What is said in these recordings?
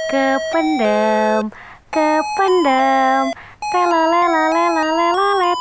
Kependem, kependem, telolelolelolelelet.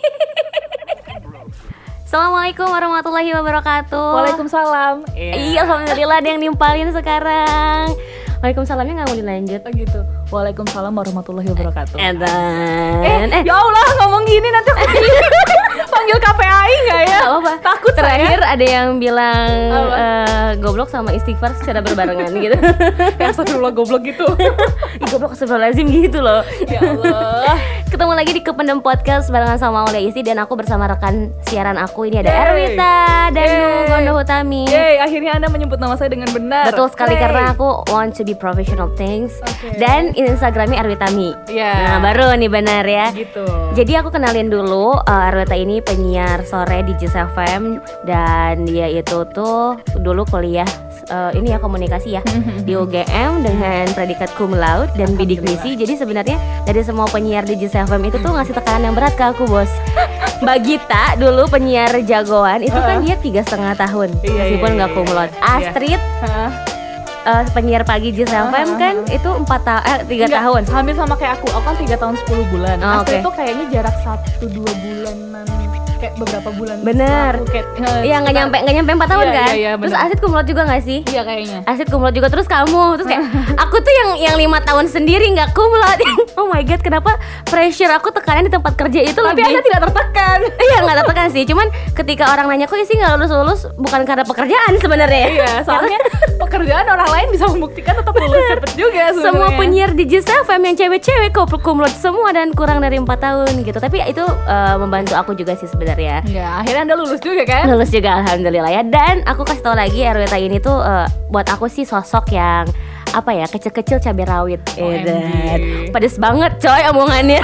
Assalamualaikum warahmatullahi wabarakatuh. Waalaikumsalam. Iya, alhamdulillah ada yang nimpalin sekarang. Waalaikumsalamnya nggak mau dilanjut. Oh gitu. Waalaikumsalam warahmatullahi wabarakatuh. Ya Allah, ngomong gini nanti aku panggil KPAI nggak ya? Gak apa-apa. Takut Terakhir saya. ada yang bilang goblok sama istighfar secara berbarengan gitu. Astagfirullah goblok gitu. Ih, goblok astagfirullahaladzim gitu loh. Ya Allah. Ketemu lagi di Kependem Podcast barengan sama Aulia Isi dan aku bersama rekan siaran aku ini ada Yeay. Erwita dan Yeay. Gondo Hutami. Yeay, akhirnya Anda menyebut nama saya dengan benar. Betul sekali Yeay. karena aku want to be professional things. Oke. Dan Instagramnya Erwitami. Iya. Nah baru nih benar ya. Gitu. Jadi aku kenalin dulu, Erwita ini penyiar sore di Jis FM dan dia itu tuh dulu kuliah ini ya komunikasi ya di UGM dengan predikat cum laude dan bidik misi. Jadi sebenarnya dari semua penyiar di Jis FM itu tuh ngasih tekanan yang berat ke aku, bos. Mbak Gita dulu penyiar jagoan itu kan dia 3,5 tahun meskipun nggak cum laude. Astrid penyiar pagi Jis FM kan itu 3 tahun. Hampir sama kayak aku kan 3 tahun 10 bulan. Oh, Astrid oke. tuh kayaknya jarak 1-2 bulanan, kayak beberapa bulan. Bener. Iya nggak nyampe 4 tahun Iya, kan. iya, Terus bener. Astrid cum laude juga nggak sih? Iya kayaknya. Astrid cum laude juga, terus kamu, terus kayak aku tuh yang 5 tahun sendiri nggak cum laude. Oh my god, kenapa pressure aku tekanan di tempat kerja itu Tapi lebih. Anda tidak tertekan. Iya nggak tertekan sih, cuman ketika orang nanya kok sih nggak lulus bukan karena pekerjaan sebenarnya. Iya, soalnya pekerjaan orang lain bisa membuktikan tetap lulus cepet juga sebenarnya. Semua penyiar di Jis FM yang cewek-cewek kok cum laude semua dan kurang dari 4 tahun gitu. Tapi itu membantu aku juga sih sebenarnya. Ya, akhirnya Anda lulus juga kan? Lulus juga alhamdulillah ya. Dan aku kasih tau lagi Erwita ini tuh buat aku sih sosok yang apa ya, kecil-kecil cabai rawit. OMG. Pedes banget coy omongannya.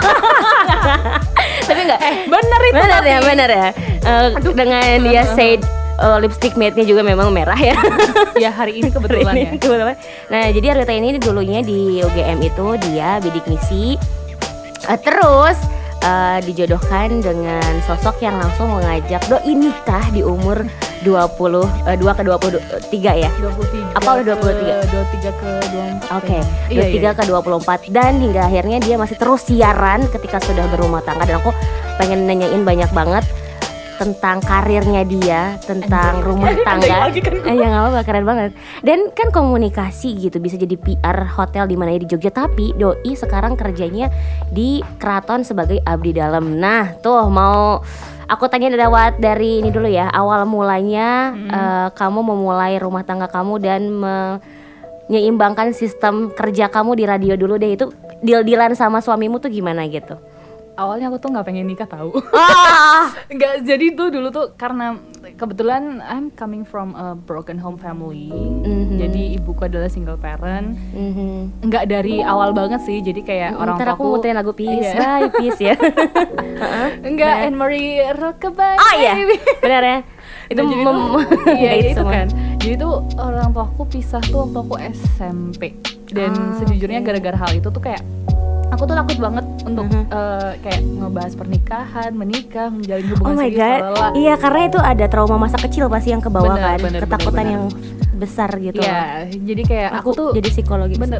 Tapi enggak Bener itu bener tapi. ya, bener ya. Dengan dia shade lipstick matte-nya juga memang merah ya. Ya hari ini kebetulan Ini ya. kebetulan. Nah jadi Erwita ini dulunya di UGM itu dia bidik misi. Terus dijodohkan dengan sosok yang langsung mengajak doi nikah di umur 2 ke 23 ya. 23. Apa udah 23? 23 ke 24. Oke, Iya, 23 ke 24 dan hingga akhirnya dia masih terus siaran ketika sudah berumah tangga. Dan aku pengen nanyain banyak banget tentang karirnya dia, tentang rumah tangga. Anjay lagi kan gua. Ya nggak apa-apa, keren banget. Dan kan komunikasi gitu, bisa jadi PR hotel di mana ya, di Jogja. Tapi doi sekarang kerjanya di keraton sebagai abdi dalam. Nah tuh mau aku tanya dari ini dulu ya, awal mulanya kamu memulai rumah tangga kamu dan menyeimbangkan sistem kerja kamu di radio dulu deh. Itu deal-dealan sama suamimu tuh gimana gitu? Awalnya aku tuh nggak pengen nikah tahu. Ah, Nggak, jadi tuh dulu tuh karena kebetulan I'm coming from a broken home family. Jadi ibuku adalah single parent. Nggak dari awal banget sih, jadi kayak orang Ntar aku tuaku. muterin lagu Peace, Iya. bye Peace ya. Enggak, Bener. Anne Marie Rockabye. Oh iya, benar ya. Itu Nah, jadi tuh, iya guide itu semua. kan. Jadi tuh orang tuaku pisah tuh waktu aku SMP. Dan sejujurnya gara-gara hal itu tuh kayak aku tuh takut banget untuk kayak ngebahas pernikahan, menikah, menjalin Oh hubungan my serius, god, lalala. iya karena itu ada trauma masa kecil pasti yang kebawa Bener, kan, bener, ketakutan bener. yang besar gitu. Iya, jadi kayak Aku aku tuh jadi psikologi. bener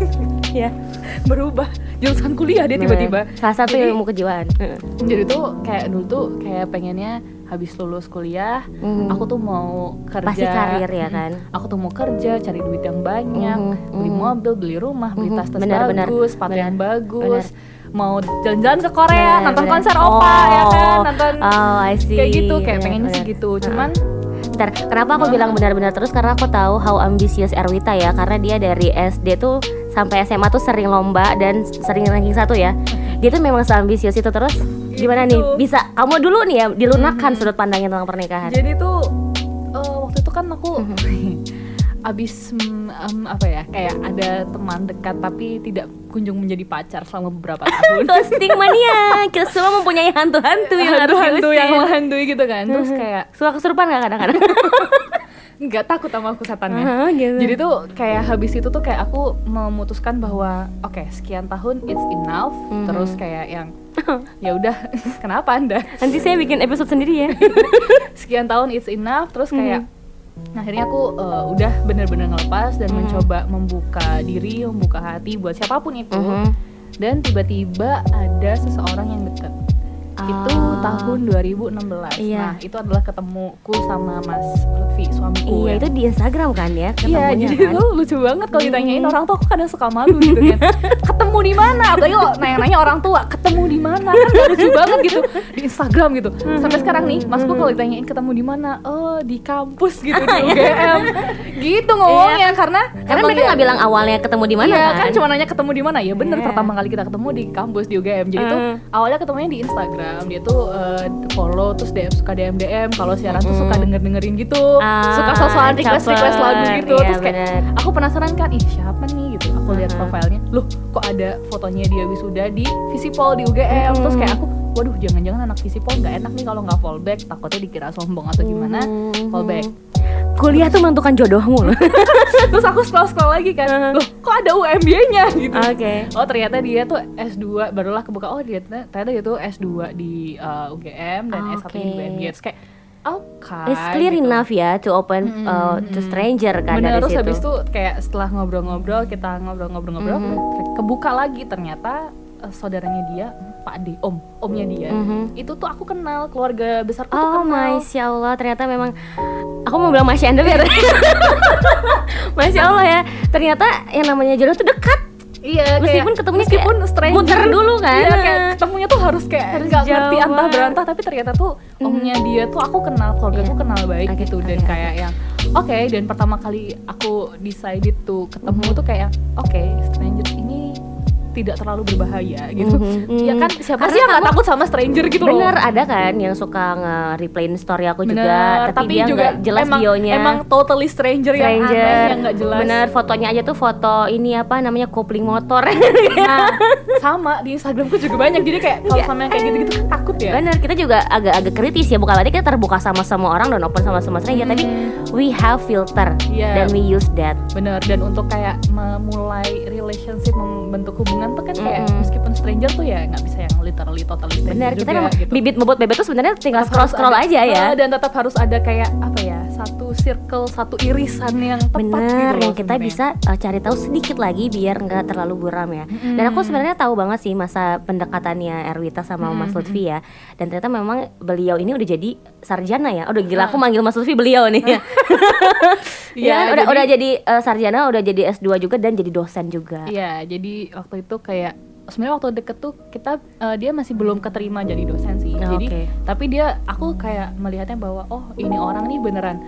ya. berubah jurusan kuliah dia tiba-tiba. Salah satu Jadi- ilmu kejiwaan. Jadi tuh kayak dulu tuh kayak pengennya habis lulus kuliah, aku tuh mau kerja. Pasti karir ya kan. Aku tuh mau kerja, cari duit yang banyak, beli mobil, beli rumah, beli tas-tas Benar, benar, bagus, sepatu benar, yang bagus, mau jalan-jalan ke Korea, nonton Benar. konser opa ya kan, nonton I see. kayak gitu, kayak Benar, pengennya sih benar. gitu. Cuman Bentar, kenapa aku bilang benar-benar terus? Karena aku tahu how ambisius Erwita ya. Karena dia dari SD tuh sampai SMA tuh sering lomba dan sering ranking 1 ya. Dia tuh memang seambisius itu. Terus gimana nih? Bisa kamu dulu nih ya dilunakkan sudut pandangnya tentang pernikahan. jadi tuh waktu itu kan aku abis apa ya, kayak ada teman dekat tapi tidak kunjung menjadi pacar selama beberapa tahun. Ghosting mania. Kita semua mempunyai hantu-hantu yang harus Hantu yang diusir. menghandui gitu kan. Terus kayak Suka kesurupan gak kadang-kadang? nggak takut sama aku setannya. Gitu. Jadi tuh kayak habis itu tuh kayak aku memutuskan bahwa oke, sekian tahun it's enough. Terus kayak yang ya udah kenapa Anda? Nanti saya bikin episode sendiri ya. Sekian tahun it's enough. Terus kayak Nah, akhirnya aku udah benar-benar ngelepas dan mencoba membuka diri, membuka hati buat siapapun itu. Dan tiba-tiba ada seseorang yang deket. Itu tahun 2016. Nah, itu adalah ketemuku sama Mas Lutfi, suamiku. Iya, itu di Instagram kan ya? Iya, jadi kan? Itu lucu banget kalau ditanyain orang tua, aku kadang suka malu gitu kan. Ketemu di mana? Apalagi kalau nanya-nanya orang tua, ketemu di mana? Kan gak lucu banget gitu di Instagram gitu. Sampai sekarang nih, Masku kalau ditanyain ketemu di mana? Oh, di kampus gitu di UGM. Gitu ngomongnya karena mereka nggak bilang awalnya ketemu di mana kan cuma nanya ketemu di mana. Ya bener, pertama kali kita ketemu di kampus di UGM. Jadi tuh awalnya ketemunya di Instagram. Dia tuh follow terus suka DM kalau siaran tuh suka dengerin gitu, suka sosokan request lagu gitu. Terus kayak aku penasaran kan, siapa nih gitu. Aku lihat profilnya, loh kok ada fotonya dia wisuda di Visipol di UGM. Terus kayak aku, waduh jangan-jangan anak Visipol nggak enak nih kalau nggak fallback, takutnya dikira sombong atau gimana. Fallback. Kuliah tuh menentukan jodohmu loh. Terus aku scroll lagi kan, loh kok ada UMY-nya gitu. Oh ternyata dia tuh S2, barulah kebuka, dia ternyata dia tuh S2 di UGM dan S1 di UMY. Terus kayak it's clear gitu. Enough ya to open to stranger kan. Bener, dari terus situ. Habis itu kayak setelah ngobrol-ngobrol, kita ngobrol-ngobrol kebuka lagi ternyata saudaranya dia, Pak D, omnya dia, itu tuh aku kenal, keluarga besarku tuh kenal. Masya Allah, ternyata memang aku mau bilang Masya Anda biar Masya Allah ya, ternyata yang namanya jodoh tuh dekat. Iya, meskipun ketemunya meskipun stranger muter dulu kan. Iya, kayak ketemunya tuh harus kayak nggak ngerti antah berantah, tapi ternyata tuh omnya dia tuh aku kenal, keluarga aku kenal baik gitu. Dan kayak yang dan pertama kali aku decided tuh ketemu tuh kayak strangers ini tidak terlalu berbahaya gitu. Ya kan siapa sih yang gak takut sama stranger gitu loh. Bener, ada kan yang suka nge-replayin story aku juga, tapi dia juga gak jelas bionya. Emang totally stranger yang aneh, yang gak jelas. Bener, fotonya aja tuh foto ini apa namanya, kopling motor. Nah, sama di Instagramku juga banyak. Jadi kayak kalau sama yang kayak gitu-gitu kan takut ya. Bener, kita juga agak kritis ya, bukan berarti kita terbuka sama semua orang dan open sama semua stranger, tapi we have filter dan we use that. Bener, dan untuk kayak memulai relationship, membentuk hubungan tuh kan kayak meskipun stranger tuh ya nggak bisa yang literally totally stranger. Bener, kita memang gitu. bibit bobot bebek tuh sebenarnya tinggal scroll aja ya. Dan tetap harus ada kayak satu circle, satu irisan yang tepat. Bener, gitu yang kita bisa cari tahu sedikit lagi biar nggak terlalu buram ya. Dan aku sebenarnya tahu banget sih masa pendekatannya Erwita sama Mas Lutfi ya. Dan ternyata memang beliau ini udah jadi sarjana ya. Udah gila aku manggil Mas Lutfi beliau nih ya. Iya, udah jadi sarjana, udah jadi S2 juga dan jadi dosen juga. Iya, jadi waktu itu kayak sebenarnya waktu deket tuh kita dia masih belum keterima jadi dosen sih. Jadi tapi aku kayak melihatnya bahwa ini orang nih beneran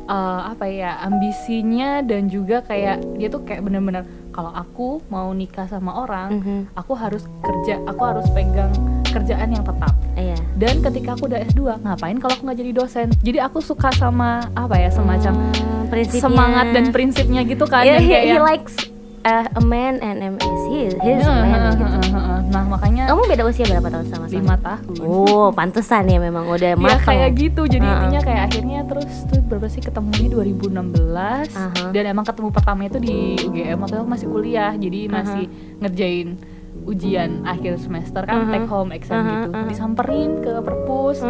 ambisinya, dan juga kayak dia tuh kayak bener-bener kalau aku mau nikah sama orang, aku harus kerja, aku harus pegang kerjaan yang tetap. Dan ketika aku udah S2, ngapain kalau aku nggak jadi dosen? Jadi aku suka sama semacam semangat dan prinsipnya gitu kan. He likes a man and his man gitu. Nah makanya kamu beda usia berapa tahun sama 5 tahun. Oh pantesan ya, memang udah matang. Ya kayak gitu, jadi intinya kayak akhirnya terus tuh berapa sih ketemunya 2016. Dan emang ketemu pertamanya tuh di UGM waktu itu masih kuliah, jadi masih ngerjain ujian akhir semester kan, take home exam gitu. Disamperin ke perpus,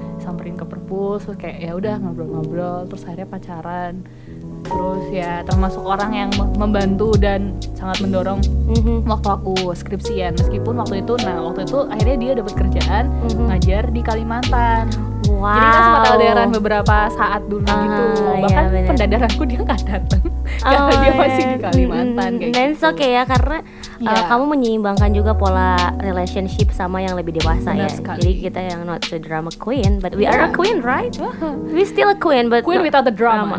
terus kayak ya udah ngobrol-ngobrol, terus akhirnya pacaran. Terus ya termasuk orang yang membantu dan sangat mendorong waktu aku skripsian, meskipun waktu itu akhirnya dia dapat kerjaan ngajar di Kalimantan. Jadi kan sempat LDRan beberapa saat dulu gitu. Bahkan pendadaranku dia nggak datang karena dia masih di Kalimantan kayak dan gitu. Oke ya, karena kamu menyeimbangkan juga pola relationship sama yang lebih dewasa. Benar ya sekali. Jadi kita yang not the drama queen, but we are a queen, right? We still a queen, but queen without the drama.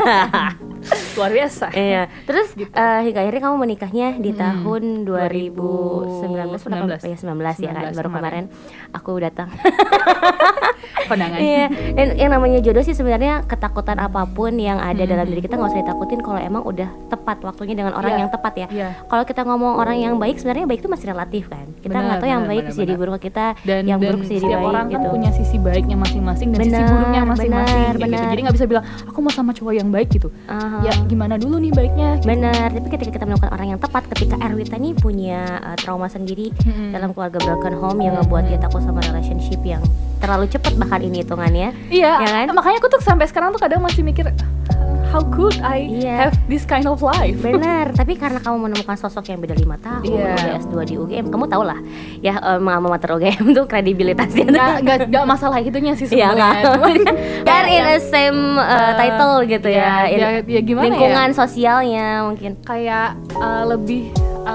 Luar biasa. Iya. Terus gitu. Hingga akhirnya kamu menikahnya di tahun 2019 ya kan, baru kemarin aku datang. Kondangan. Iya. Dan yang namanya jodoh sih sebenarnya ketakutan apapun yang ada dalam diri kita nggak usah ditakutin kalau emang udah tepat waktunya dengan orang yang tepat ya. Kalau kita ngomong orang yang baik, sebenarnya baik itu masih relatif kan. Kita nggak tahu yang baik bisa jadi buruk ke kita, dan yang buruk bisa jadi baik orang gitu. Kan punya sisi baiknya masing-masing dan sisi buruknya masing-masing gitu. Jadi nggak bisa bilang aku mau sama cowok yang baik gitu. Ya gimana dulu nih baiknya gitu. Benar, tapi ketika kita menemukan orang yang tepat, ketika Erwita nih punya trauma sendiri dalam keluarga broken home yang ngebuat dia takut sama relationship yang terlalu cepat bahkan ini hitungannya. Iya, ya kan? Makanya aku tuh sampai sekarang tuh kadang masih mikir how could I have this kind of life. Bener, tapi karena kamu menemukan sosok yang beda 5 tahun, udah S2 di UGM, kamu tau lah ya, alma mater UGM tuh kredibilitasnya nggak masalah itunya sih sebenarnya. Dan in the same title gitu ya gimana lingkungan sosialnya mungkin kayak lebih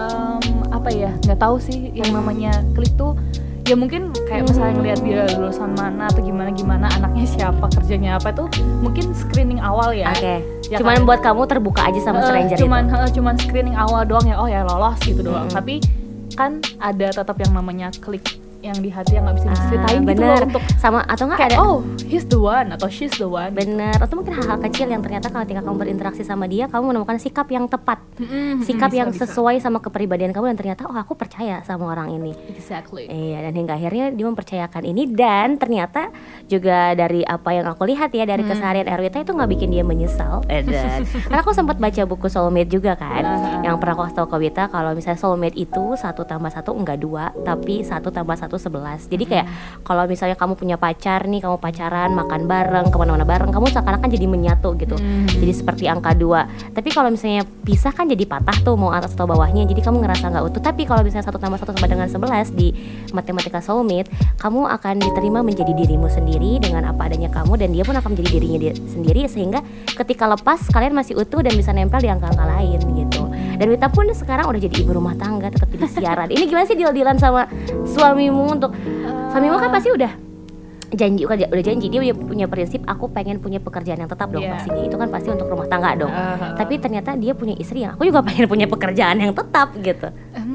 apa ya, nggak tahu sih yang namanya klik tuh ya, mungkin kayak misalnya ngeliat dia lulusan mana atau gimana anaknya siapa, kerjanya apa, itu mungkin screening awal ya. Ya cuman kan? Buat kamu terbuka aja sama stranger cuman screening awal doang ya, oh ya lolos gitu doang. Tapi kan ada tetap yang namanya klik yang di hati yang nggak bisa diceritain gitu loh, untuk sama atau nggak kayak, ada oh he's the one atau she's the one. Bener, atau mungkin hal-hal kecil yang ternyata ketika kamu berinteraksi sama dia, kamu menemukan sikap yang tepat, sikap yang sesuai sama kepribadian kamu, dan ternyata oh aku percaya sama orang ini. Exactly. Iya, dan hingga akhirnya dia mempercayakan ini, dan ternyata juga dari apa yang aku lihat ya dari keseharian Erwita itu nggak bikin dia menyesal. Karena aku sempat baca buku Soulmate juga kan, yang pernah aku kasih tau ke Wita kalau misalnya soulmate itu 1 + 1 enggak 2, tapi 1 + 1 11. Jadi kayak kalau misalnya kamu punya pacar nih, kamu pacaran, makan bareng, kemana-mana bareng, kamu seakan-akan jadi menyatu gitu. Jadi seperti angka 2. Tapi kalau misalnya pisah kan jadi patah tuh, mau atas atau bawahnya. Jadi kamu ngerasa nggak utuh. Tapi kalau misalnya 1 + 1 sama dengan 11 di matematika soulmate, kamu akan diterima menjadi dirimu sendiri dengan apa adanya kamu, dan dia pun akan menjadi dirinya sendiri, sehingga ketika lepas kalian masih utuh dan bisa nempel di angka-angka lain gitu. Dan Wita pun sekarang udah jadi ibu rumah tangga, tetap jadi siaran. Ini gimana sih deal-dealan sama suamimu untuk suamimu kan pasti udah janji dia punya prinsip, aku pengen punya pekerjaan yang tetap dong pastinya. Itu kan pasti untuk rumah tangga dong. Tapi ternyata dia punya istri yang aku juga pengen punya pekerjaan yang tetap gitu.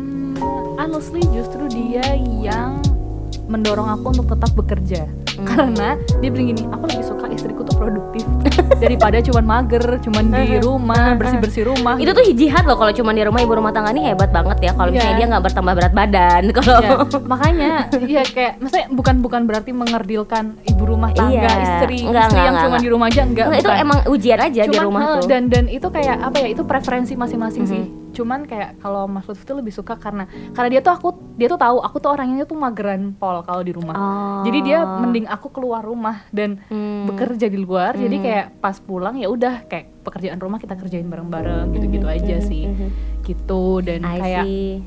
Honestly justru dia yang mendorong aku untuk tetap bekerja. Karena dia bilang gini, aku lebih suka istriku tuh produktif daripada cuman mager, cuman di rumah, bersih-bersih rumah. Itu tuh jihad loh, kalau cuman di rumah. Ibu rumah tangga ini hebat banget ya, kalau misalnya dia nggak bertambah berat badan. Kalau makanya ya kayak maksudnya bukan berarti mengerdilkan ibu rumah tangga, istri yang cuma di rumah aja, enggak. Itu emang ujian aja cuman, di rumah tuh. Dan itu kayak apa ya, itu preferensi masing-masing sih. Cuman kayak kalau Mas Lutfi tuh lebih suka karena dia tuh tahu aku tuh orangnya tuh mageran pol kalau di rumah. Jadi dia mending aku keluar rumah dan bekerja di luar. Jadi kayak pas pulang ya udah kayak pekerjaan rumah kita kerjain bareng-bareng gitu-gitu aja sih. Gitu. Dan kayak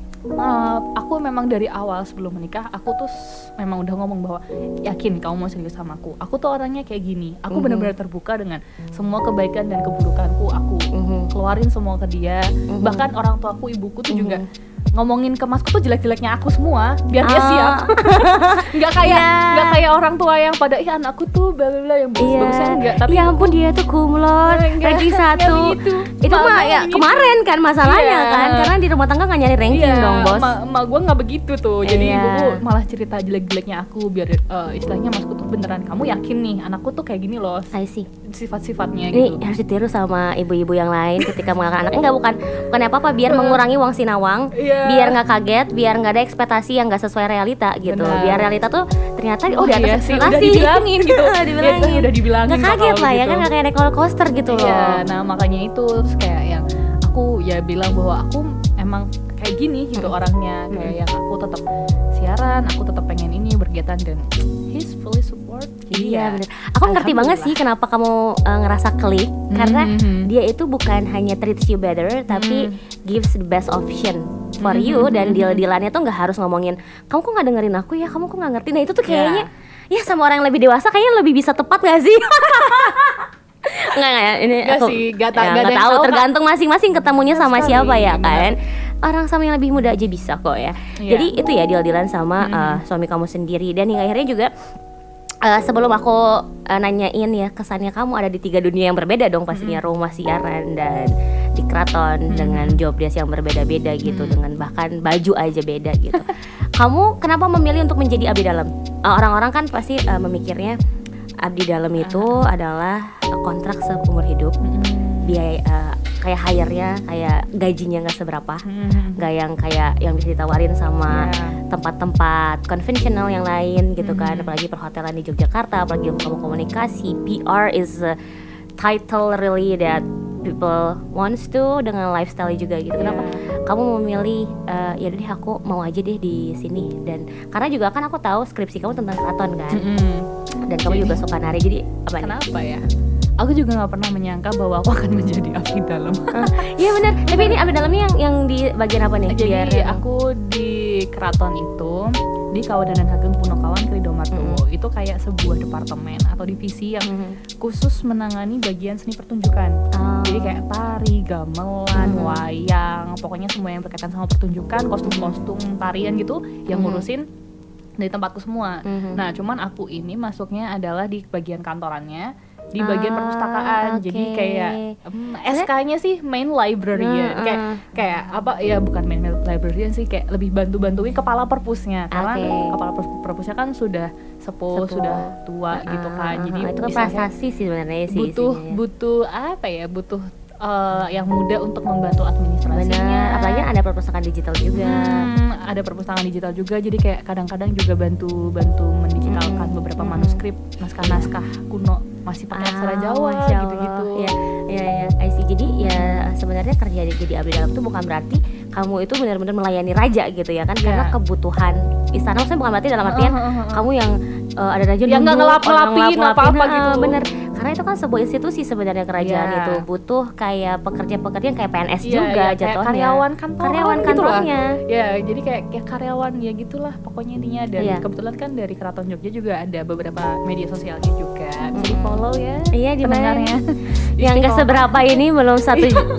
aku memang dari awal sebelum menikah aku tuh memang udah ngomong bahwa yakin kamu mau serius sama aku. Aku tuh orangnya kayak gini. Aku benar-benar terbuka dengan semua kebaikan dan keburukanku. Aku keluarin semua ke dia. Bahkan orang tuaku, ibuku tuh juga ngomongin ke masku tuh jelek-jeleknya aku semua biar dia siap. Nggak kayak orang tua yang pada anakku tuh bla bla bla yang bagus-bagusnya enggak. Tapi ya ampun dia tuh kumlot ranking 1. Itu mah ya kemarin kan masalahnya kan, karena di rumah tangga nggak nyari ranking dong bos. Emak gue nggak begitu tuh. Jadi ibuku malah cerita jelek-jeleknya aku biar istilahnya masku tuh beneran, kamu yakin nih anakku tuh kayak gini loh. Sifat-sifatnya gitu. Ini harus ditiru sama ibu-ibu yang lain ketika mengangkat anak. Enggak, bukan apa-apa, biar mengurangi uang sinawang. Biar nggak kaget, biar nggak ada ekspektasi yang nggak sesuai realita gitu. Biar realita tuh ternyata di atas ekspektasi. Udah dibilangin gitu. Udah dibilangin. Nggak kaget lah gitu. Ya kan, nggak kayak naik roller coaster gitu loh. Nah makanya itu terus kayak yang aku ya bilang bahwa aku emang kayak gini gitu orangnya, kayak yang aku tetap siaran, aku tetap pengen ini berkegiatan, dan he's fully support. Iya benar. Aku ngerti banget sih kenapa kamu ngerasa klik, karena dia itu bukan hanya treats you better, tapi gives the best option for you. Dan deal-dealannya tuh nggak harus ngomongin kamu kok nggak dengerin aku ya, kamu kok nggak ngerti. Nah itu tuh kayaknya ya sama orang yang lebih dewasa kayaknya lebih bisa tepat nggak sih? Enggak ini gak aku sih, gak tahu, tergantung masing-masing ketemunya sama sekali, siapa ya kan. Orang sama yang lebih muda aja bisa kok ya. Jadi itu ya deal-dealan sama suami kamu sendiri. Dan hingga akhirnya juga sebelum aku nanyain ya kesannya, kamu ada di 3 dunia yang berbeda dong pastinya. Rumah siaran dan di keraton dengan job desk yang berbeda-beda gitu, dengan bahkan baju aja beda gitu. Kamu kenapa memilih untuk menjadi abdi dalam? Orang-orang kan pasti memikirnya abdi dalam itu adalah kontrak seumur hidup, biaya kayak hire-nya, kayak gajinya nggak seberapa, nggak yang kayak yang bisa ditawarin sama tempat-tempat konvensional yang lain gitu kan. Apalagi perhotelan di Yogyakarta, apalagi kamu komunikasi, PR is a title really that people wants to, dengan lifestyle juga gitu. Kenapa kamu memilih ya deh aku mau aja deh di sini? Dan karena juga kan aku tahu skripsi kamu tentang keraton kan, dan kamu juga suka nari. Jadi apa kenapa nih? Ya aku juga nggak pernah menyangka bahwa aku akan menjadi abdi dalam. Iya benar. Tapi ini abdi dalamnya yang di bagian apa nih? Jadi aku di keraton itu di Kawedanan Ageng Punokawan Kridomartowo. Itu kayak sebuah departemen atau divisi yang khusus menangani bagian seni pertunjukan. Jadi kayak tari, gamelan, wayang, pokoknya semua yang berkaitan sama pertunjukan, kostum-kostum, tarian gitu yang ngurusin dari tempatku semua. Nah, cuman aku ini masuknya adalah di bagian kantorannya, di bagian perpustakaan. Jadi kayak SK-nya sih main librarian. Kayak apa ya, bukan main librarian sih, kayak lebih bantu-bantuin kepala perpusnya. Karena kepala perpusnya kan sudah sepuh, sudah tua gitu kan. Jadi itu kan prestasi sih sebenarnya sih. Butuh apa ya? Butuh yang muda untuk membantu administrasinya. Benar, apalagi ada perpustakaan digital juga. Ada perpustakaan digital juga, jadi kayak kadang-kadang juga bantu mendigitalkan beberapa manuskrip, naskah-naskah kuno masih pakai aksara Jawa gitu-gitu. Ya, I see. Jadi ya sebenarnya kerja jadi abdi dalam itu bukan berarti kamu itu benar-benar melayani raja gitu ya kan, karena kebutuhan istana. Maksudnya bukan berarti dalam artian kamu yang ada raja yang nggak ngelapin apa-apa gitu. Bener, karena itu kan sebuah institusi sebenarnya kerajaan itu butuh kayak pekerja-pekerja kayak PNS juga jatuhnya. Karyawan kantornya. Ya, jadi kayak karyawan ya gitulah pokoknya intinya. Dan kebetulan kan dari Keraton Jogja juga ada beberapa media sosialnya juga. Bisa di follow ya. Iya, di pendengarnya. Yang nggak seberapa ini belum 1.000.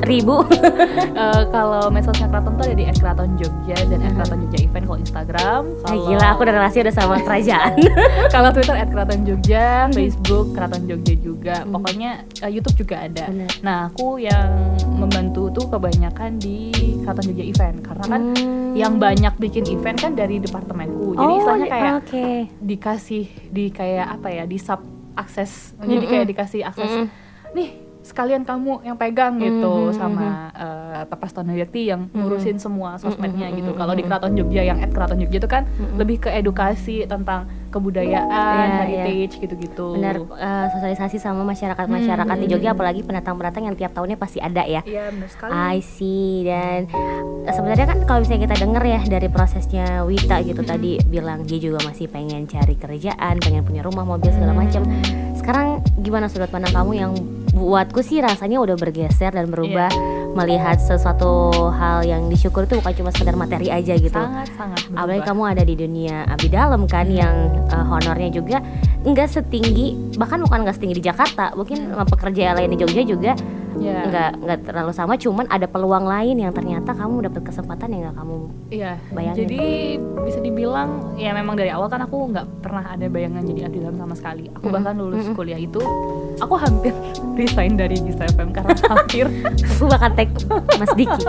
Kalau medsosnya Keraton tuh ada di @keratonjogja dan @keratonjogja event kalau Instagram. Gila, aku udah relasi udah sama kerajaan. Kalau Twitter @keratonjogja, Facebook Keraton Jogja juga. Pokoknya YouTube juga ada. Nah, aku yang membantu tuh kebanyakan di Keraton Jogja event karena kan yang banyak bikin event kan dari departemenku. Jadi istilahnya kayak dikasih di kayak apa ya, di sub akses. Jadi kayak dikasih akses. Nih, sekalian kamu yang pegang gitu sama Tapas Tonayakti yang ngurusin semua sosmednya gitu. Kalau di Keraton Jogja yang @keratonjogja itu kan lebih ke edukasi tentang kebudayaan, heritage gitu-gitu. Benar, sosialisasi sama masyarakat di Jogja, apalagi pendatang-pendatang yang tiap tahunnya pasti ada ya. Iya, benar sekali. I see. Dan sebenarnya kan kalau misalnya kita denger ya dari prosesnya Wita gitu, tadi bilang dia juga masih pengen cari kerjaan, pengen punya rumah, mobil segala macam. Sekarang gimana sudut pandang kamu yang buatku sih rasanya udah bergeser dan berubah, melihat sesuatu hal yang disyukur itu bukan cuma sekedar materi aja gitu. Sangat berubah. Apalagi kamu ada di dunia abdi dalam kan, yang honornya juga enggak setinggi, bahkan bukan enggak setinggi di Jakarta, mungkin pekerja lain di Jogja juga enggak terlalu sama, cuman ada peluang lain yang ternyata kamu dapat kesempatan yang enggak kamu bayangin. Jadi bisa dibilang ya memang dari awal kan aku enggak pernah ada bayangan jadi abdi dalam sama sekali. Aku bahkan lulus kuliah itu aku hampir resign dari Gisa FM karena hampir aku bakal tag Mas Diki.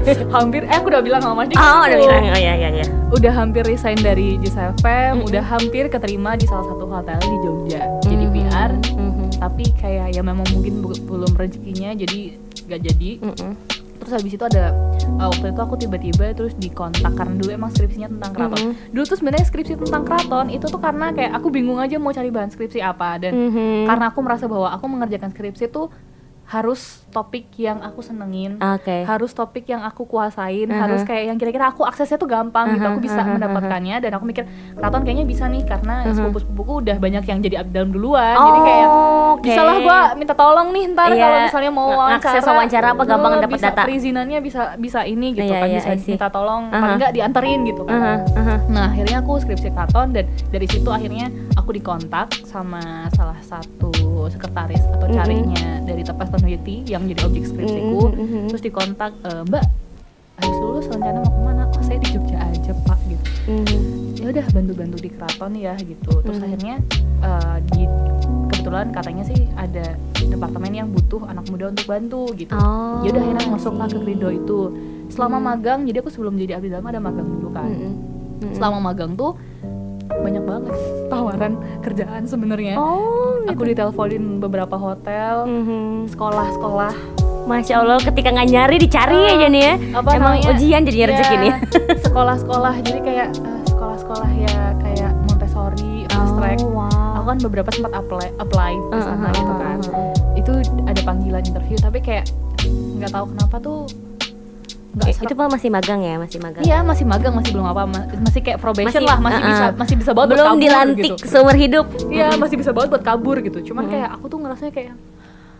Aku udah bilang sama Mas Diki. Udah bilang. Ya. Udah hampir resign dari Gisa FM, udah hampir keterima di salah satu hotel di Jogja. Jadi PR. Tapi kayak ya memang mungkin belum rezekinya, jadi gak jadi. Terus habis itu ada waktu itu aku tiba-tiba terus dikontak karena dulu emang skripsinya tentang keraton. Dulu tuh sebenarnya skripsi tentang keraton itu tuh karena kayak aku bingung aja mau cari bahan skripsi apa, dan karena aku merasa bahwa aku mengerjakan skripsi tuh harus topik yang aku senengin, harus topik yang aku kuasain, harus kayak yang kira-kira aku aksesnya tuh gampang gitu, aku bisa mendapatkannya. Dan aku mikir keraton kayaknya bisa nih karena sepupu-sepupuku udah banyak yang jadi abdi dalam duluan, jadi kayak bisa lah gue minta tolong nih ntar kalau misalnya mau wawancara apa gampang dapat data, perizinannya bisa ini gitu kan, bisa minta tolong paling nggak dianterin gitu kan. Nah akhirnya aku skripsi keraton, dan dari situ akhirnya aku dikontak sama salah satu sekretaris atau carinya dari Tapas Tonayakti yang jadi objek skripsiku. Terus dikontak, Mbak habis lulus rencana mau kemana? Oh saya di Jogja aja Pak gitu. Ya udah bantu-bantu di keraton ya gitu. Terus akhirnya kebetulan katanya sih ada departemen yang butuh anak muda untuk bantu gitu. Ya udah akhirnya masuklah ke Krido itu. Selama magang, jadi aku sebelum jadi abdi dalam ada magang dulu kan. Selama magang tuh banyak banget tawaran kerjaan sebenarnya. Aku diteleponin beberapa hotel, sekolah-sekolah. Masya Allah, ketika nggak nyari dicari aja nih ya. Emang ujian jadi rezeki nih. Sekolah-sekolah, jadi kayak sekolah-sekolah ya kayak Montessori, Astrek. Aku kan beberapa sempat apply ke sana gitu kan. Itu ada panggilan interview, tapi kayak nggak tahu kenapa tuh. Itu masih magang ya, masih magang. Iya, masih magang, masih belum apa, masih kayak probation lah, masih bisa banget belum buat kabur dilantik gitu. Seumur hidup. Iya, masih bisa banget buat kabur gitu. Cuman kayak aku tuh ngerasanya kayak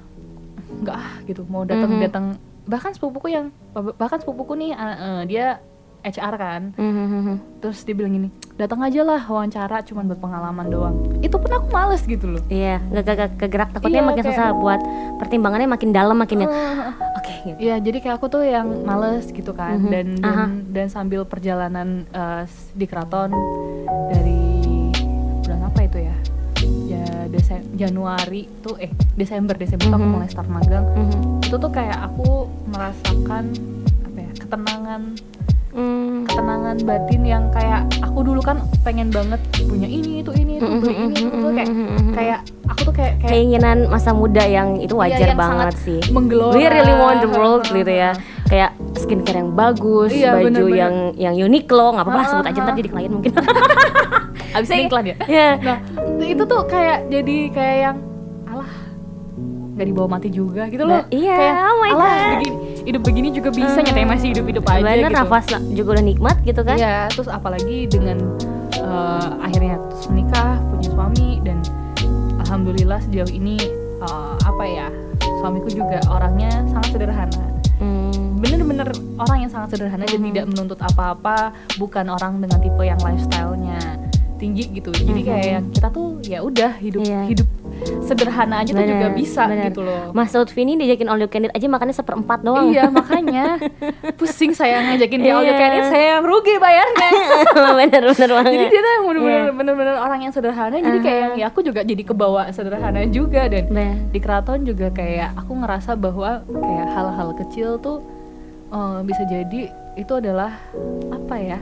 nggak gitu mau datang bahkan sepupuku nih dia HR kan, terus dia bilang gini, datang aja lah wawancara cuman buat pengalaman doang. Itu pun aku males gitu loh. Iya, gak kegerak, takutnya makin susah buat pertimbangannya makin dalam makin oke. Gitu. Iya, jadi kayak aku tuh yang males gitu kan, dan sambil perjalanan di keraton dari bulan apa itu ya? Ya Januari tuh Desember tuh aku mulai start magang. Itu tuh kayak aku merasakan apa ya, ketenangan batin yang kayak aku dulu kan pengen banget punya ini itu beli ini itu kayak aku tuh kayak keinginan masa muda yang itu wajar banget sih. Menggelora. We really want the world gitu ya. Kayak skincare yang bagus, baju bener. yang Uniqlo, nggak apa-apa sebut aja ntar jadi klien mungkin. Abis ini iklan ya. Yeah. Nah itu tuh kayak jadi kayak yang nggak dibawa mati juga gitu loh. Iya, kayak oh my god. Hidup begini juga bisa, nyatanya masih hidup aja. Bener, gitu. nafas juga udah nikmat gitu kan. Iya, terus apalagi dengan akhirnya terus menikah, punya suami, dan alhamdulillah sejauh ini suamiku juga orangnya sangat sederhana. Bener-bener orang yang sangat sederhana dan tidak menuntut apa-apa, bukan orang dengan tipe yang lifestyle-nya tinggi gitu. Jadi kayak kita tuh ya udah hidup sederhana aja tuh juga bisa gitu loh. Mas Lutfi ini diajakin all you can eat aja makannya 1/4 doang. Iya, makanya pusing saya ngajakin dia all you can eat, saya yang rugi bayarnya. Bener banget. Jadi dia tuh yang bener-bener orang yang sederhana. Jadi kayak ya aku juga jadi kebawa sederhana juga. Dan di keraton juga kayak aku ngerasa bahwa kayak hal-hal kecil tuh bisa jadi itu adalah apa ya,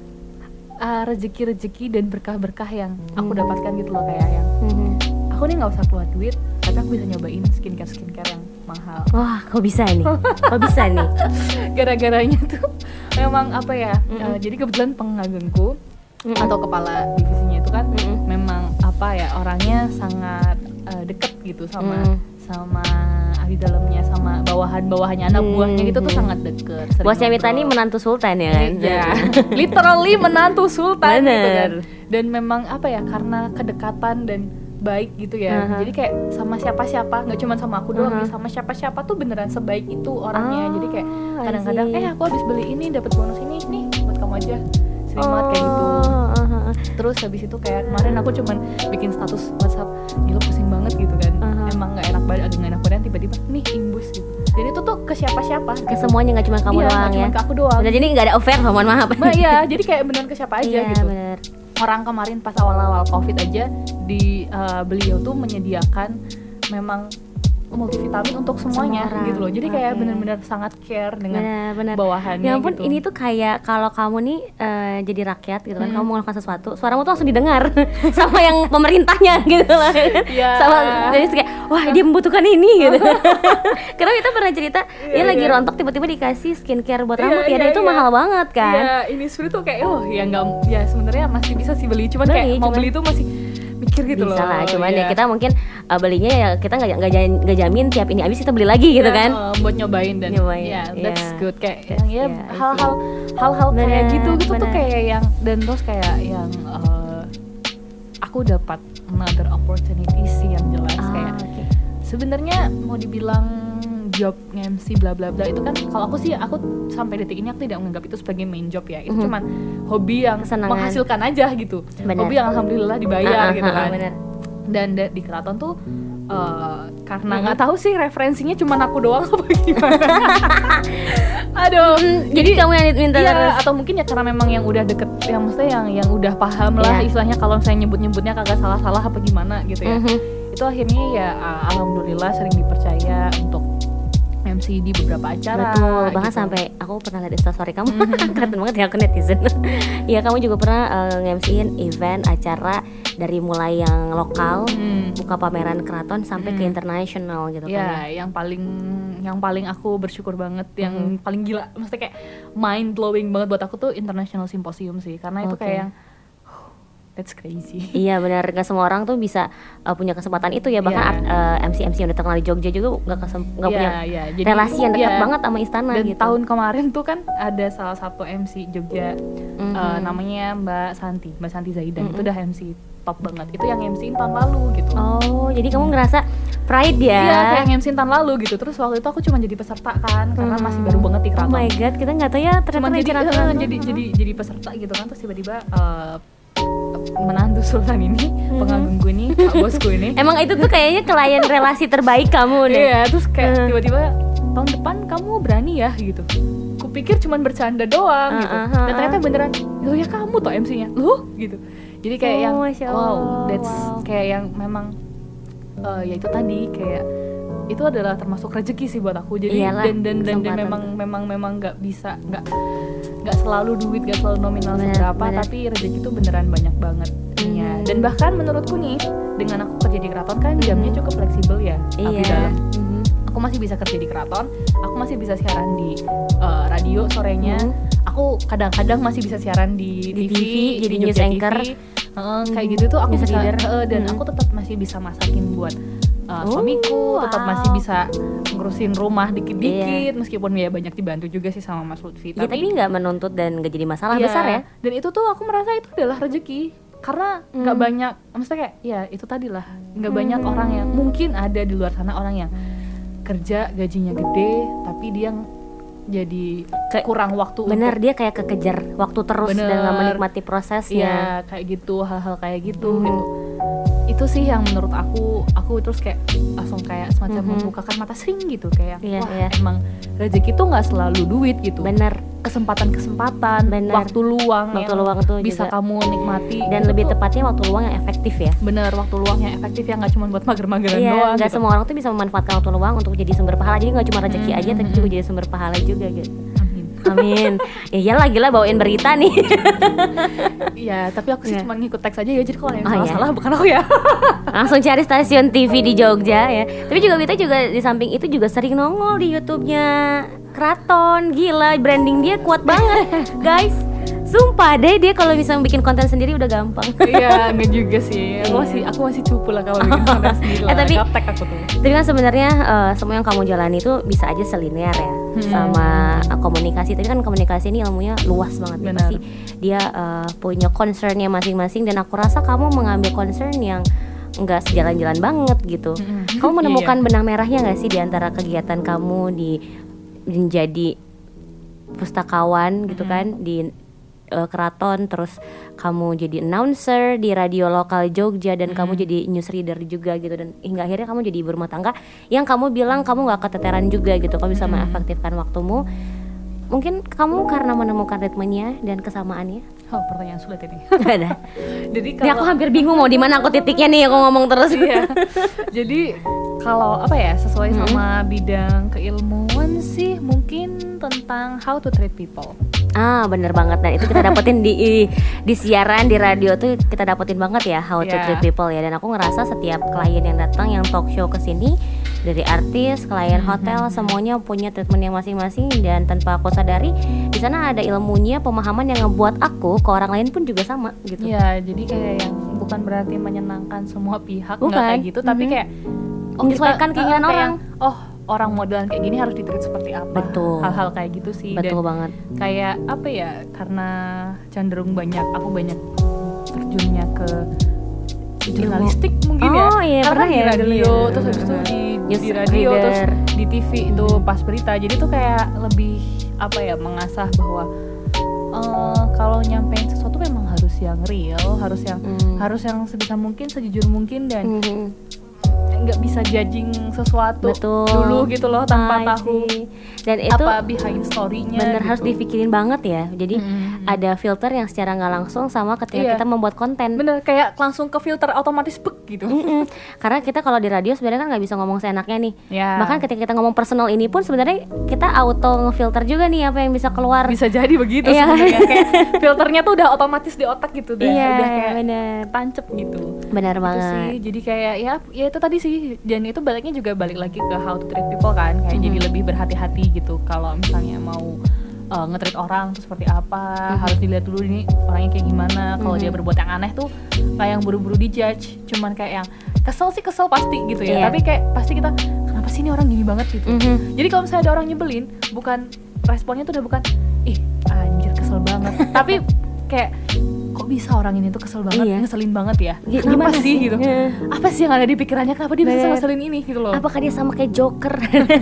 rezeki dan berkah-berkah yang aku dapatkan gitu loh. Kayak yang aku nih nggak usah keluar duit, tapi aku bisa nyobain skincare yang mahal. Wah, kok bisa nih? Gara-garanya tuh memang apa ya? Jadi kebetulan pengagengku atau kepala divisinya itu kan memang apa ya, orangnya sangat deket gitu sama ahli dalamnya, sama bawahannya anak buahnya gitu tuh sangat deket. Bosnya Mita nih menantu sultan ya kan? Iya, literally menantu sultan gitu kan. Dan memang apa ya, karena kedekatan dan baik gitu ya. Jadi kayak sama siapa-siapa, nggak cuma sama aku doang, sama siapa-siapa tuh beneran sebaik itu orangnya. Jadi kayak kadang-kadang aku habis beli ini dapat bonus ini nih buat kamu aja. Sering banget kayak gitu. Terus habis itu kayak kemarin aku cuman bikin status WhatsApp, gila pusing banget gitu kan. Emang nggak enak banget, agak nggak enak badan, tiba-tiba nih imbus gitu. Jadi itu tuh ke siapa-siapa. Ke semuanya, nggak cuma kamu doang ya. Cuma ke aku doang. Bener, jadi nggak ada offer, mohon maaf. Iya, jadi kayak beneran ke siapa aja gitu. Bener. Orang kemarin pas awal-awal COVID aja beliau tuh menyediakan memang multivitamin untuk semuanya gitu loh. Jadi kayak benar-benar sangat care dengan bawahannya. Ya ampun, gitu. ini tuh kayak kalau kamu nih jadi rakyat gitu kan, kamu melakukan sesuatu, suaramu tuh langsung didengar sama yang pemerintahnya gitu loh. Sama jadi kayak wah dia membutuhkan ini gitu. Karena kita pernah cerita dia lagi rontok tiba-tiba dikasih skincare buat rambut ya, itu mahal banget kan. Iya, ini sebenarnya tuh kayak ya enggak, ya sebenarnya masih bisa sih beli, kayak mau beli tuh masih mikir gitu bisa loh. Lah, cuman ya kita mungkin belinya ya kita nggak jamin tiap ini habis kita beli lagi gitu kan. Buat nyobain dan that's good kayak yang hal-hal kayak gitu tuh kayak yang, dan terus kayak yang aku dapat another opportunity sih yang jelas kayak sebenarnya mau dibilang job MC bla bla bla itu kan kalau aku sampai detik ini aku tidak menganggap itu sebagai main job ya. Itu cuman hobi yang menghasilkan aja gitu. Hobi yang alhamdulillah dibayar gitu kan. Dan di keraton tuh karena nggak tahu sih referensinya cuman aku doang apa gimana. Aduh, jadi kamu yang minta terus. Atau mungkin ya karena memang yang udah deket, yang maksudnya yang udah paham lah istilahnya, kalau saya nyebutnya kagak salah-salah apa gimana gitu ya. Itu akhirnya ya alhamdulillah sering dipercaya untuk MC di beberapa acara. Betul, bahkan sampai aku pernah lihat instastory kamu. Keren banget ya aku netizen. Iya, kamu juga pernah nge-MC-in event acara dari mulai yang lokal, buka pameran keraton sampai ke internasional gitu kan. Iya, yang paling aku bersyukur banget, yang paling gila, maksudnya kayak mind blowing banget buat aku tuh International Symposium sih, karena itu kayak yang that's crazy. Iya benar, gak semua orang tuh bisa punya kesempatan itu ya. Bahkan MC yang udah terkenal di Jogja juga gak punya jadi, relasi yang dekat banget sama istana. Dan gitu. Tahun kemarin tuh kan ada salah satu MC Jogja, namanya Mbak Santi Zaidan. Itu udah MC top banget. Itu yang MC-in tahun lalu gitu. Oh, jadi kamu ngerasa Pride ya. Iya, kayak MC tahun lalu gitu. Terus waktu itu aku cuma jadi peserta kan, karena masih baru banget di Keraton. Oh my god, kita nggak tahu ya ternyata jadi peserta gitu kan. Terus tiba-tiba menantu Sultan ini, pengagumku ini, Pak bosku ini. Emang itu tuh kayaknya klien relasi terbaik kamu nih. Iya, terus kayak tiba-tiba tahun depan kamu berani ya gitu. Kupikir cuman bercanda doang gitu. Dan ternyata beneran, loh ya kamu tuh MC-nya. Loh gitu. Jadi kayak yang kayak yang memang ya itu tadi kayak itu adalah termasuk rezeki sih buat aku. Jadi iyalah, dan memang nggak bisa nggak selalu duit, nggak selalu nominal seberapa, tapi rezeki itu beneran banyak banget. Ya. Dan bahkan menurutku nih, dengan aku kerja di Keraton kan jamnya cukup fleksibel ya. Abdi dalam. Aku masih bisa kerja di Keraton, aku masih bisa siaran di radio sorenya. Aku kadang-kadang masih bisa siaran di TV jadi news anchor. Kayak gitu tuh aku bisa dan aku tetap masih bisa masakin buat suamiku, tetap masih bisa ngurusin rumah dikit-dikit, meskipun ya banyak dibantu juga sih sama Mas Lutfi. Ya, tapi nggak menuntut dan nggak jadi masalah besar ya. Dan itu tuh aku merasa itu adalah rezeki, karena nggak banyak, maksudnya kayak ya itu tadi lah, nggak banyak orang yang mungkin ada di luar sana orang yang kerja gajinya gede tapi dia jadi kurang waktu. Bener, dia kayak kekejar waktu terus dan nggak menikmati prosesnya. Iya, kayak gitu, hal-hal kayak gitu gitu. Itu sih yang menurut aku terus kayak langsung kayak semacam membukakan mata sering gitu, kayak emang rezeki tuh nggak selalu duit gitu. Bener. Kesempatan, waktu luang tuh bisa juga kamu nikmati. Dan lebih tepatnya waktu luang yang efektif ya. Bener, waktu luang yang efektif ya, nggak cuma buat mager-mageran doang. Nggak gitu. Semua orang tuh bisa memanfaatkan waktu luang untuk jadi sumber pahala. Jadi nggak cuma rezeki aja, tapi juga jadi sumber pahala juga gitu. Amin. Ya gila bawain berita nih. Iya, tapi aku sih cuma ngikut teks aja ya. Jadi kalau yang salah bukan aku ya. Langsung cari stasiun TV di Jogja ya. Tapi juga kita juga di samping itu juga sering nongol di YouTube-nya Keraton. Gila, branding dia kuat banget, guys. Sumpah deh, dia kalau bisa bikin konten sendiri udah gampang. Iya, enggak juga sih. Aku masih cupu lah kalau bikin konten sendiri lah. Gaptek aku tuh. Tapi kan sebenarnya semua yang kamu jalani itu bisa aja selinear ya sama komunikasi. Tapi kan komunikasi ini ilmunya luas banget. Pasti dia punya concernnya masing-masing, dan aku rasa kamu mengambil concern yang nggak sejalan-jalan banget gitu. Kamu menemukan benang merahnya nggak sih di antara kegiatan kamu di menjadi pustakawan gitu kan di Keraton, terus kamu jadi announcer di radio lokal Jogja, dan kamu jadi newsreader juga gitu, dan hingga akhirnya kamu jadi ibu rumah tangga yang kamu bilang kamu gak keteteran juga gitu, kamu bisa mengefektifkan waktumu. Mungkin kamu karena menemukan ritmenya dan kesamaannya. Oh, pertanyaan sulit ini. Ada. Jadi kalau aku hampir bingung mau di mana aku titiknya nih, aku ngomong terus. Iya. Jadi kalau apa ya, sesuai sama bidang keilmuan sih mungkin tentang how to treat people. Bener banget, dan itu kita dapetin di siaran di radio tuh kita dapetin banget ya how to treat people ya. Dan aku ngerasa setiap klien yang datang yang talk show kesini, dari artis, klien hotel, semuanya punya treatment yang masing-masing, dan tanpa aku sadari di sana ada ilmunya, pemahaman yang ngebuat aku ke orang lain pun juga sama gitu. Ya, jadi kayak yang bukan berarti menyenangkan semua pihak, nggak kayak gitu, tapi kayak menyesuaikan keinginan orang. Orang modelan kayak gini harus di-treat seperti apa. Betul. Hal-hal kayak gitu sih. Betul dan banget. Kayak apa ya, karena cenderung aku banyak terjunnya ke jurnalistik mungkin ya. Iya, karena di radio ya. Terus habis itu di radio terus di TV itu pas berita. Jadi tuh kayak lebih apa ya, mengasah bahwa kalau nyampein sesuatu memang harus yang real, harus yang sebisa mungkin, sejujur mungkin, dan nggak bisa judging sesuatu dulu gitu loh tanpa tahu dan itu apa behind story-nya. Bener gitu. Harus dipikirin banget ya. Jadi ada filter yang secara nggak langsung sama ketika kita membuat konten. Bener, kayak langsung ke filter otomatis gitu. Karena kita kalau di radio sebenarnya kan nggak bisa ngomong seenaknya nih. Bahkan ketika kita ngomong personal ini pun sebenarnya kita auto ngefilter juga nih apa yang bisa keluar. Bisa jadi begitu sebenarnya. Kayak filternya tuh udah otomatis di otak gitu, udah kayak tancep gitu. Benar gitu banget sih. Jadi kayak ya itu tadi sih. Dan itu balik lagi ke how to treat people kan, kayak jadi lebih berhati-hati gitu kalau misalnya mau nge-treat orang tuh seperti apa, harus dilihat dulu ini orangnya kayak gimana. Kalau dia berbuat yang aneh tuh kayak yang buru-buru dijudge, cuman kayak yang kesel pasti gitu ya. Tapi kayak pasti kita, kenapa sih ini orang gini banget gitu. Jadi kalau misalnya ada orang nyebelin, bukan responnya tuh udah bukan ih anjir kesel banget, tapi kayak kok bisa orang ini tuh kesel banget, ngeselin banget ya. Gimana sih gitu? Apa sih yang ada di pikirannya, kenapa dia bisa ngeselin ini gitu loh? Apakah dia sama kayak Joker?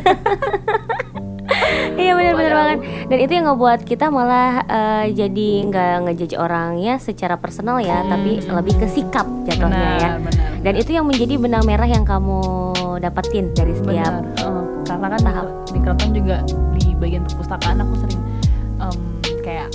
Iya benar-benar banget. Dan itu yang ngebuat kita malah jadi nggak ngejudge orangnya secara personal ya, tapi lebih ke sikap jatuhnya ya. Benar. Dan itu yang menjadi benang merah yang kamu dapetin dari setiap karena kan tahap di Keraton juga di bagian perpustakaan aku sering kayak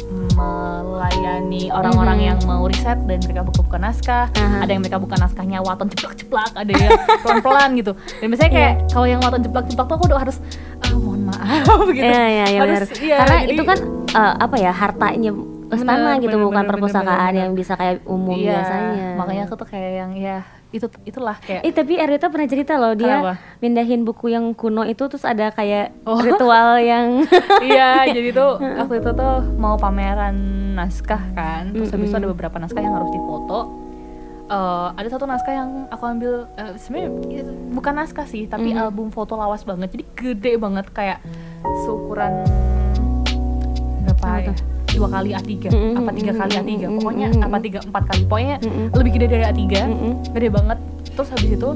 melayani orang-orang yang mau riset dan mereka buka naskah. Ada yang mereka buka naskahnya waton ceplak-ceplak, ada yang pelan-pelan gitu. Dan biasanya kayak kalau yang waton ceplak-ceplak tuh aku udah harus mohon maaf gitu. Harus, karena jadi, itu kan hartanya istana gitu, bukan perpustakaan yang bisa kayak umum biasanya. Makanya aku tuh kayak yang itulah kayak. Tapi Arwita pernah cerita loh, dia mindahin buku yang kuno itu terus ada kayak ritual yang iya, jadi tuh waktu itu tuh mau pameran naskah kan, terus habis itu ada beberapa naskah yang harus difoto. Ada satu naskah yang aku ambil, sebenarnya bukan naskah sih, tapi album foto lawas banget, jadi gede banget kayak seukuran berapa ya? 2 kali A3 apa 3 kali A3 pokoknya apa 4 kali pokoknya lebih gede dari A3 gede banget. Terus habis itu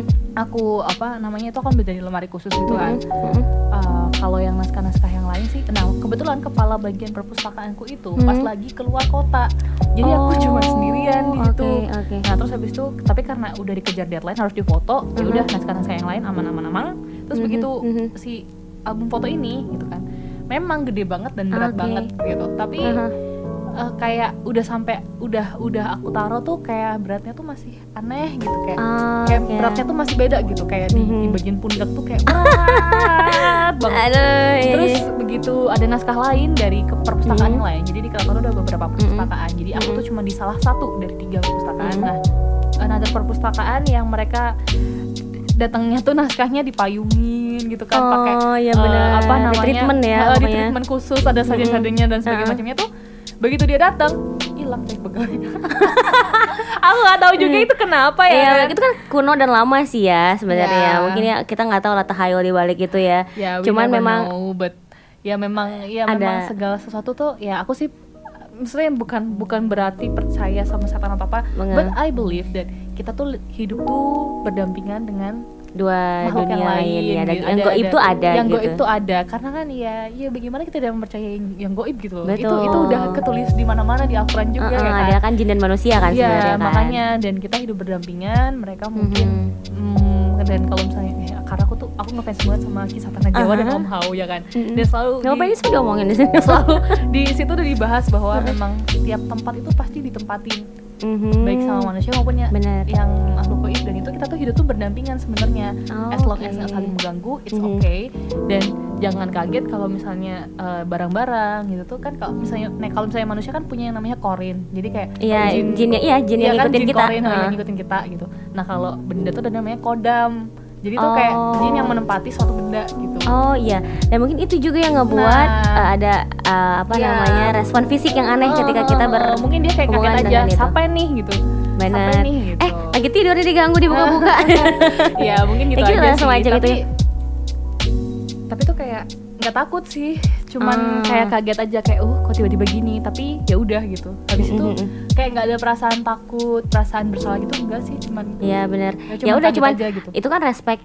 aku itu aku ambil dari lemari khusus gitu kan. Kalau yang naskah-naskah yang lain sih, nah kebetulan kepala bagian perpustakaanku itu pas lagi keluar kota, jadi aku cuma sendirian di situ. Nah terus habis itu, tapi karena udah dikejar deadline harus difoto, ya udah naskah-naskah yang lain aman. Terus begitu si album foto ini gitu kan, memang gede banget dan berat banget gitu, tapi kayak udah aku taruh tuh kayak beratnya tuh masih aneh gitu, kayak beratnya tuh masih beda gitu, kayak di bagian pundak tuh kayak berat banget. Terus begitu ada naskah lain dari perpustakaan yang lain, jadi di Keraton ada beberapa perpustakaan, jadi aku tuh cuma di salah satu dari 3 perpustakaan. Nah ada perpustakaan yang mereka datangnya tuh naskahnya dipayungin gitu kan, pakai di treatment ya, di treatment khusus, ada sajen-sajennya dan sebagainya macamnya tuh. Begitu dia datang, hilang deh pegawainya. Aku nggak tahu juga itu kenapa ya. Itu kan kuno dan lama sih ya sebenarnya. Mungkin ya kita nggak tahu lah tahayul di balik itu ya. Cuman memang memang segala sesuatu tuh ya, aku sih maksudnya bukan berarti percaya sama setan atau apa, but I believe that kita tuh hidup tuh berdampingan dengan dua dunia lain ya. Yang goib tuh ada gitu. Yang goib tuh ada, karena kan ya bagaimana kita tidak mempercayai yang goib gitu loh. Itu udah ketulis di mana-mana di Al-Qur'an juga ya kan. Ada kan jin dan manusia kan sebenarnya kan. Makanya dan kita hidup berdampingan, mereka mungkin dan kalau misalnya karena aku ngefans banget sama kisah tanah Jawa dan Om Hao ya kan. Dan selalu ngapain sih udah ngomongin di sini? Selalu di situ udah dibahas bahwa memang tiap tempat itu pasti ditempatin baik sama manusia maupun yang makhluk goib, dan itu kita tuh hidup tuh berdampingan sebenarnya. As long as nggak saling mengganggu, it's okay. Dan jangan kaget kalau misalnya barang-barang gitu tuh kan, kalau misalnya manusia kan punya yang namanya korin, jadi kayak jin yang ngikutin kita, yang ngikutin kita gitu. Nah kalau benda tuh ada namanya kodam, jadi tuh kayak jin yang menempati suatu benda gitu. Dan mungkin itu juga yang ngebuat ada namanya respon fisik yang aneh ketika kita mungkin dia kayak kaget aja, siapa nih gitu. Benar. Gitu. Lagi tidur diganggu dibuka-buka. Ya mungkin gitu aja sih. Semacam itu. Tapi tuh kayak nggak takut sih, cuman kayak kaget aja, kayak kok tiba-tiba gini, tapi ya udah gitu. Habis itu kayak nggak ada perasaan takut, perasaan bersalah gitu, enggak sih, cuman benar. Ya udah cuman gitu. Itu kan respon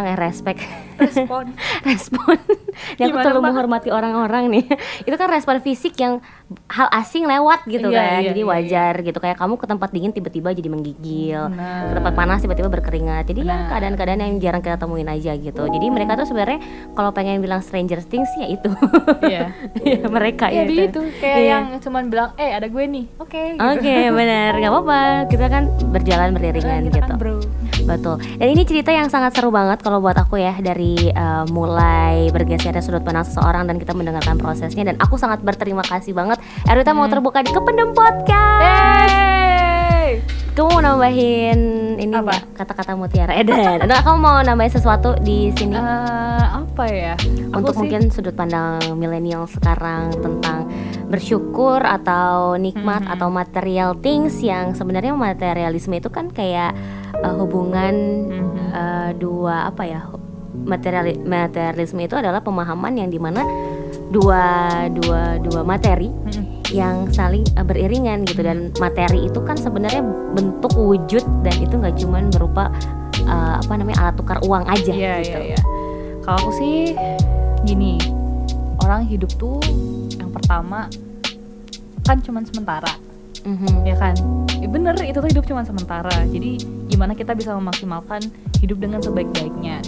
ya, aku Gimana, terlalu menghormati orang-orang nih. Itu kan respon fisik yang hal asing lewat gitu kan. Jadi wajar gitu, kayak kamu ke tempat dingin tiba-tiba jadi menggigil, ke tempat panas tiba-tiba berkeringat. Jadi keadaan-keadaan yang jarang kita temuin aja gitu. Jadi mereka tuh sebenarnya kalau pengen bilang stranger things ya itu. Mereka itu kayak yang cuman bilang ada gue nih. Oke, benar, nggak apa-apa, kita kan berjalan beriringan gitu kan, bro. Betul. Dan ini cerita yang sangat seru banget kalau buat aku ya, dari mulai bergesernya sudut pandang seseorang dan kita mendengarkan prosesnya. Dan aku sangat berterima kasih banget Arwita mau terbuka di Kependem Podcast. Kamu mau nambahin ini kata-kata mutiara Edan? Atau kamu mau nambahin sesuatu di sini? Apa ya? Untuk mungkin sudut pandang milenial sekarang tentang bersyukur atau nikmat atau material things, yang sebenarnya materialisme itu kan kayak hubungan dua materialisme itu adalah pemahaman yang dimana dua materi yang saling beriringan gitu. Dan materi itu kan sebenarnya bentuk wujud, dan itu nggak cuman berupa alat tukar uang aja gitu. Iya. Kalau aku sih gini, orang hidup tuh yang pertama kan cuman sementara. Ya kan, bener, itu tuh hidup cuma sementara. Jadi gimana kita bisa memaksimalkan hidup dengan sebaik-baiknya.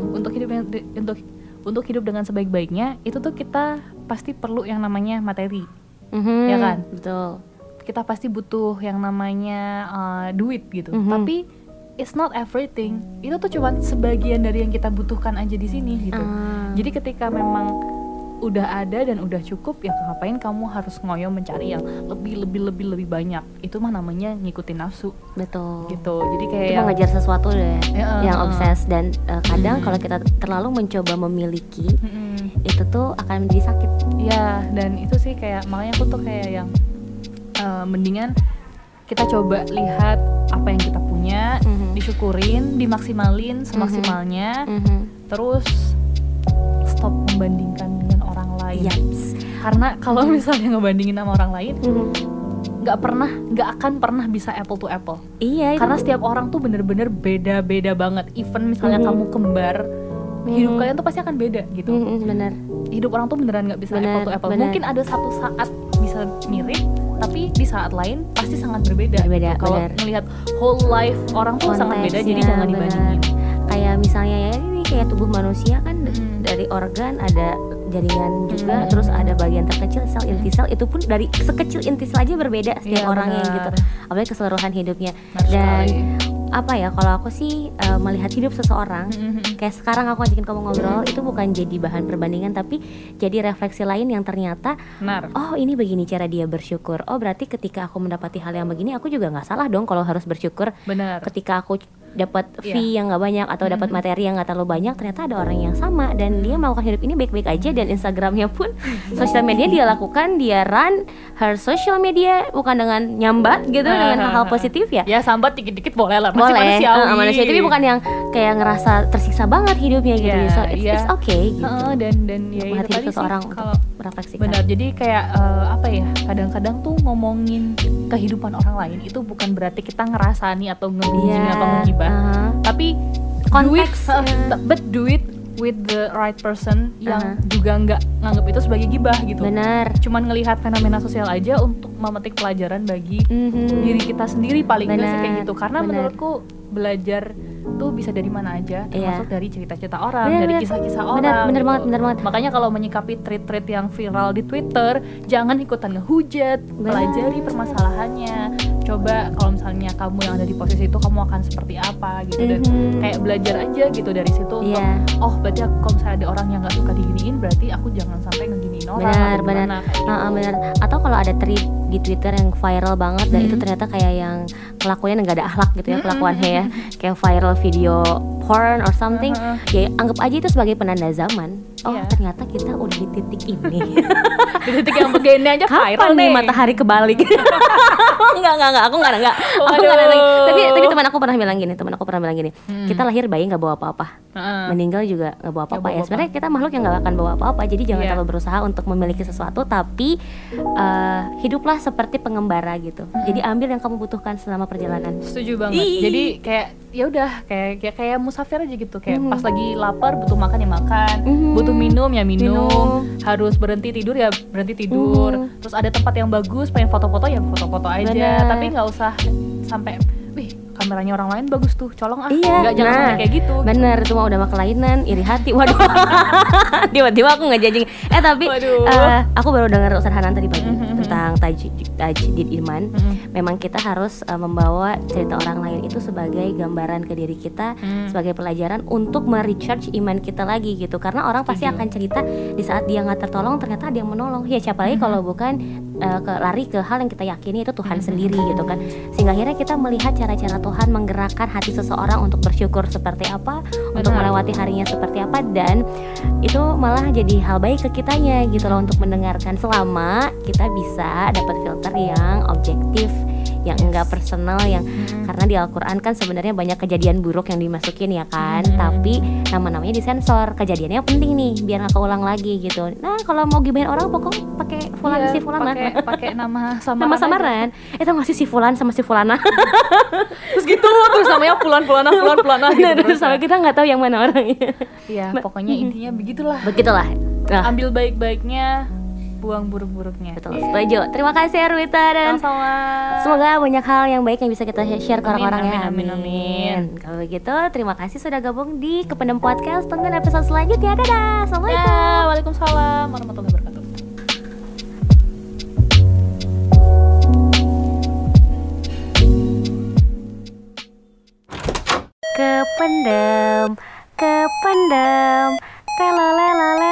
Untuk hidup dengan sebaik-baiknya itu tuh kita pasti perlu yang namanya materi. Ya kan, betul. Kita pasti butuh yang namanya duit gitu. Tapi it's not everything. Itu tuh cuma sebagian dari yang kita butuhkan aja di sini gitu. Jadi ketika memang udah ada dan udah cukup, ya ngapain kamu harus ngoyo mencari yang lebih banyak. Itu mah namanya ngikutin nafsu. Betul. Gitu. Jadi kayak itu mengejar sesuatu deh, yang obses. Dan kadang kalau kita terlalu mencoba memiliki, itu tuh akan menjadi sakit. Iya, dan itu sih kayak makanya aku tuh kayak yang mendingan kita coba lihat apa yang kita punya, disyukurin, dimaksimalin semaksimalnya, terus stop membandingkan dengan orang lain. Karena kalau misalnya ngebandingin sama orang lain, nggak akan pernah bisa apple to apple. Iya. Karena setiap orang tuh bener-bener beda-beda banget. Even misalnya kamu kembar, hidup kalian tuh pasti akan beda gitu. Bener. Hidup orang tuh beneran nggak bisa apple to apple. Mungkin ada satu saat bisa mirip, tapi di saat lain pasti sangat berbeda. Kalau melihat whole life orang tuh sangat beda, jadi jangan dibandingin. Kayak misalnya ya ini kayak tubuh manusia kan, dari organ ada jaringan juga, terus ada bagian terkecil sel inti sel, itu pun dari sekecil inti sel aja berbeda setiap orangnya gitu. Apalagi keseluruhan hidupnya. Dan apa ya, kalau aku sih melihat hidup seseorang, kayak sekarang aku ajakin kamu ngobrol, itu bukan jadi bahan perbandingan, tapi jadi refleksi lain yang ternyata oh ini begini cara dia bersyukur. Oh berarti ketika aku mendapati hal yang begini, aku juga nggak salah dong kalau harus bersyukur. Ketika aku dapat fee yang nggak banyak atau dapat materi yang nggak terlalu banyak, ternyata ada orang yang sama dan dia melakukan hidup ini baik-baik aja, dan Instagramnya pun sosial media dia lakukan, dia run her social media bukan dengan nyambat gitu, dengan hal-hal positif ya. Ya sambat dikit-dikit boleh lah, masih manusiawi. Manusia, tapi bukan yang kayak ngerasa tersiksa banget hidupnya gitu. So it's okay gitu. Dan ya melihat hidup seseorang untuk merefleksikan. Benar, jadi kayak apa ya, kadang-kadang tuh ngomongin kehidupan orang lain itu bukan berarti kita ngerasani atau ngegunjing atau ngegibah. Tapi konteks, do it with the right person yang juga nggak nganggap itu sebagai gibah gitu. Benar. Cuman ngelihat fenomena sosial aja untuk memetik pelajaran bagi diri kita sendiri paling nggak sih kayak gitu. Karena menurutku belajar tuh bisa dari mana aja, termasuk dari cerita-cerita orang, dari kisah-kisah orang. Bener banget. Makanya kalau menyikapi tweet-tweet yang viral di Twitter, jangan ikutan ngehujat, pelajari permasalahannya. Coba kalau misalnya kamu yang ada di posisi itu, kamu akan seperti apa gitu, dan kayak belajar aja gitu dari situ untuk oh berarti kalau misalnya ada orang yang nggak suka diginiin, berarti aku jangan sampai ngeginiin orang. Benar. Atau kalau ada tweet di Twitter yang viral banget dan itu ternyata kayak yang kelakuannya nggak ada akhlak gitu ya, kelakuannya ya, kayak viral video porn or something, ya anggap aja itu sebagai penanda zaman. Ternyata kita udah di titik ini. Di titik yang begini aja viral nih. Matahari kebalik. Enggak, aku enggak lagi. Tapi teman aku pernah bilang gini, kita lahir bayi nggak bawa apa-apa, meninggal juga nggak bawa apa-apa ya. Sebenarnya kita makhluk yang nggak akan bawa apa-apa, jadi jangan terlalu berusaha untuk memiliki sesuatu, tapi hiduplah seperti pengembara gitu. Jadi ambil yang kamu butuhkan selama perjalanan. Setuju banget. Jadi kayak ya udah kayak musafir aja gitu, kayak pas lagi lapar butuh makan ya makan, butuh minum ya minum, harus berhenti tidur ya berhenti tidur, terus ada tempat yang bagus pengen foto-foto ya foto-foto aja. Tapi nggak usah sampai kameranya orang lain bagus tuh, colong jangan sampai kayak gitu. Bener, itu mah udah mah kelainan, iri hati. Waduh. Tiba-tiba aku nggak judging. Tapi aku baru dengar Ustaz Hanan tadi pagi tentang tajdid iman. Memang kita harus membawa cerita orang lain itu sebagai gambaran ke diri kita, sebagai pelajaran untuk merecharge iman kita lagi gitu. Karena orang pasti akan cerita di saat dia nggak tertolong, ternyata ada yang menolong. Ya siapa lagi kalau bukan lari ke hal yang kita yakini itu Tuhan sendiri gitu kan. Sehingga akhirnya kita melihat cara-cara Tuhan menggerakkan hati seseorang untuk bersyukur seperti apa, untuk melewati harinya seperti apa, dan itu malah jadi hal baik ke kitanya gitu loh untuk mendengarkan, selama kita bisa dapat filter yang objektif, yang enggak personal, yang karena di Al-Quran kan sebenarnya banyak kejadian buruk yang dimasukin ya kan, tapi nama-namanya disensor, kejadiannya penting nih biar nggak keulang lagi gitu. Nah kalau mau gibahin orang pokoknya pakai fulan si fulana, pakai nama samaran, nama samaran itu ngasih si fulan sama si fulana terus gitu, terus namanya fulana gitu, terus sama kita nggak tahu yang mana orangnya. Iya pokoknya intinya begitulah. Nah. Ambil baik-baiknya, buang buruk-buruknya. Betul, setuju. Terima kasih Arwita dan semoga banyak hal yang baik yang bisa kita share ke orang-orang ya. Amin. Kalau begitu, terima kasih sudah gabung di Kependem Podcast. Tungguin episode selanjutnya. Dadah. Assalamualaikum. Waalaikumsalam warahmatullahi wabarakatuh. Kependem, telelelele.